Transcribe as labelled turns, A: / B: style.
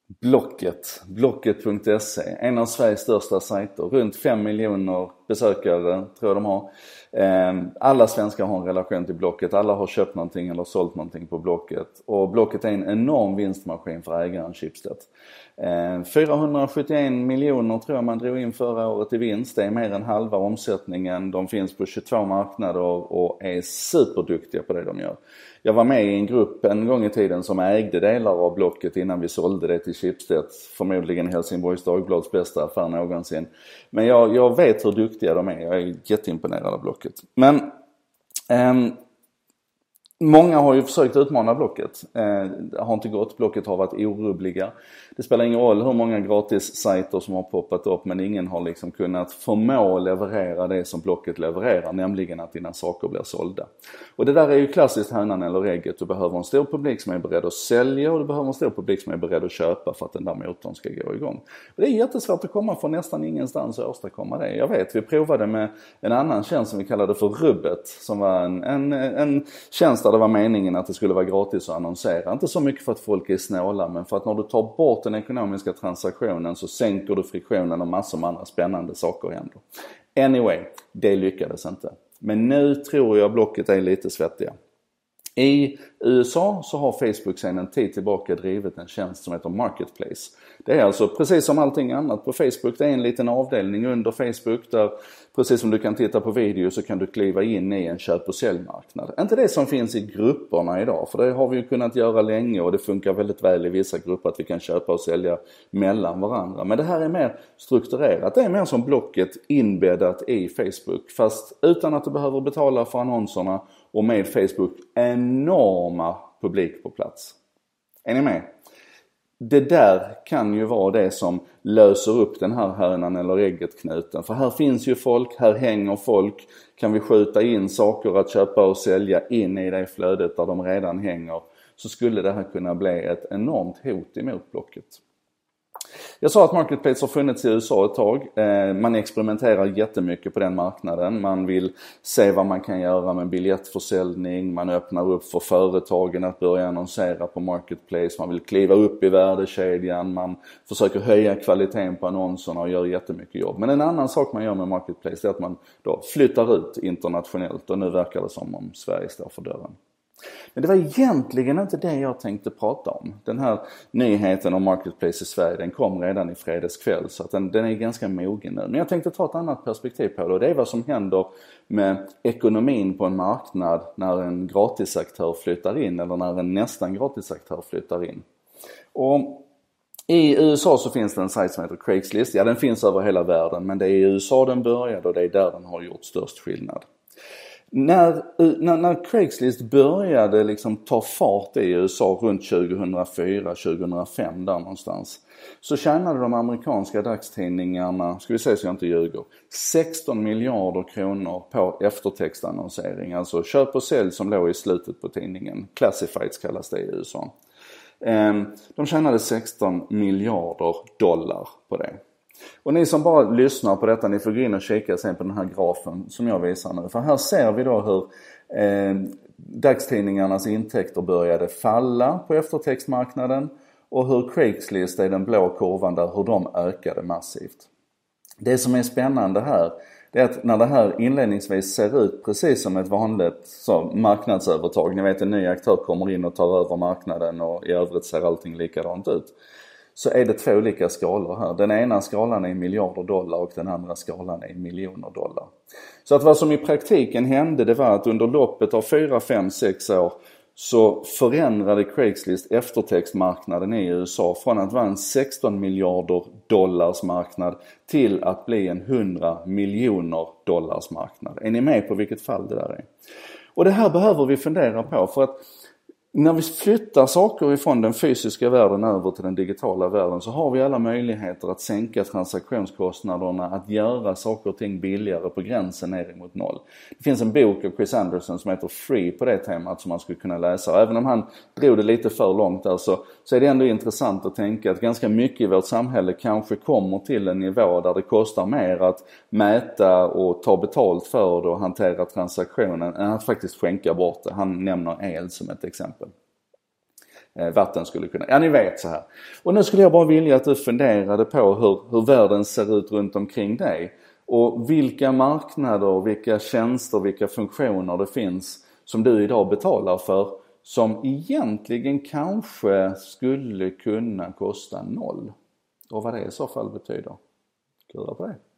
A: Blocket.se, en av Sveriges största sajter. Runt 5 miljoner besökare tror jag de har. Alla svenskar har en relation till Blocket. Alla har köpt någonting eller sålt någonting på Blocket. Och Blocket är en enorm vinstmaskin för ägaren Schibsted. 471 miljoner tror jag man drog in förra året i vinst. Det är mer än halva omsättningen. De finns på 22 marknader och är superduktiga på det de gör. Jag var med i en grupp en gång i tiden som ägde delar av Blocket innan vi sålde det till Schibsted. Förmodligen Helsingborgs Dagblads bästa affär någonsin. Men jag vet hur duktiga de är. Jag är jätteimponerad av Blocket. Men många har ju försökt utmana Blocket. Det har inte gått. Blocket har varit orubbliga. Det spelar ingen roll hur många gratis-sajter som har poppat upp, men ingen har liksom kunnat förmå leverera det som Blocket levererar, nämligen att dina saker blir sålda. Och det där är ju klassiskt hönan eller ägget. Du behöver en stor publik som är beredd att sälja och du behöver en stor publik som är beredd att köpa för att den där motorn ska gå igång. Och det är jättesvårt att komma från nästan ingenstans och åstadkomma det. Jag vet, vi provade med en annan tjänst som vi kallade för Rubbet, som var en tjänst där det var meningen att det skulle vara gratis att annonsera. Inte så mycket för att folk är snåla, men för att när du tar bort den ekonomiska transaktionen så sänker du friktionen och massor med andra spännande saker händer. Anyway, det lyckades inte. Men nu tror jag Blocket är lite svettiga. I USA så har Facebook sedan en tid tillbaka drivit en tjänst som heter Marketplace. Det är alltså precis som allting annat på Facebook. Det är en liten avdelning under Facebook där precis som du kan titta på video så kan du kliva in i en köp- och säljmarknad. Inte det som finns i grupperna idag, för det har vi ju kunnat göra länge och det funkar väldigt väl i vissa grupper att vi kan köpa och sälja mellan varandra. Men det här är mer strukturerat. Det är mer som Blocket inbäddat i Facebook, fast utan att du behöver betala för annonserna och med Facebook enorma publik på plats. Är ni med? Det där kan ju vara det som löser upp den här hönan eller ägget-knuten. För här finns ju folk, här hänger folk. Kan vi skjuta in saker att köpa och sälja in i det flödet där de redan hänger, så skulle det här kunna bli ett enormt hot emot Blocket. Jag sa att Marketplace har funnits i USA ett tag. Man experimenterar jättemycket på den marknaden. Man vill se vad man kan göra med biljettförsäljning. Man öppnar upp för företagen att börja annonsera på Marketplace. Man vill kliva upp i värdekedjan. Man försöker höja kvaliteten på annonserna och gör jättemycket jobb. Men en annan sak man gör med Marketplace är att man då flyttar ut internationellt. Och nu verkar det som om Sverige står för dörren. Men det var egentligen inte det jag tänkte prata om. Den här nyheten om Marketplace i Sverige, den kom redan i fredagskväll, så att den är ganska mogen nu. Men jag tänkte ta ett annat perspektiv på det, och det är vad som händer med ekonomin på en marknad när en gratisaktör flyttar in eller när en nästan gratisaktör flyttar in. Och i USA så finns det en sajt som heter Craigslist. Ja, den finns över hela världen, men det är i USA den började och det är där den har gjort störst skillnad. När Craigslist började liksom ta fart i USA runt 2004-2005 där någonstans, så tjänade de amerikanska dagstidningarna, ska vi säga så jag inte ljuger, 16 miljarder kronor på eftertextannonsering. Alltså köp och sälj som låg i slutet på tidningen. Classifieds kallas det i USA. De tjänade 16 miljarder dollar på det. Och ni som bara lyssnar på detta, ni får gå in och kika sen på den här grafen som jag visar nu. För här ser vi då hur dagstidningarnas intäkter började falla på eftertextmarknaden och hur Craigslist är den blå kurvan där, hur de ökade massivt. Det som är spännande här, det är att när det här inledningsvis ser ut precis som ett vanligt marknadsövertag, ni vet en ny aktör kommer in och tar över marknaden och i övrigt ser allting likadant ut, så är det två olika skalor här. Den ena skalan är miljarder dollar och den andra skalan är miljoner dollar. Så att vad som i praktiken hände, det var att under loppet av 4, 5, 6 år så förändrade Craigslist eftertextmarknaden i USA från att vara en 16 miljarder dollars marknad till att bli en 100 miljoner dollars marknad. Är ni med på vilket fall det där är? Och det här behöver vi fundera på, för att när vi flyttar saker ifrån den fysiska världen över till den digitala världen så har vi alla möjligheter att sänka transaktionskostnaderna, att göra saker och ting billigare på gränsen ner mot noll. Det finns en bok av Chris Anderson som heter Free på det temat som man skulle kunna läsa. Även om han drog det lite för långt så är det ändå intressant att tänka att ganska mycket i vårt samhälle kanske kommer till en nivå där det kostar mer att mäta och ta betalt för det och hantera transaktionen än att faktiskt skänka bort det. Han nämner el som ett exempel. vatten skulle kunna, ja ni vet så här. Och nu skulle jag bara vilja att du funderade på hur världen ser ut runt omkring dig. Och vilka marknader, vilka tjänster, vilka funktioner det finns som du idag betalar för. Som egentligen kanske skulle kunna kosta 0. Och vad det i så fall betyder. Klura på det.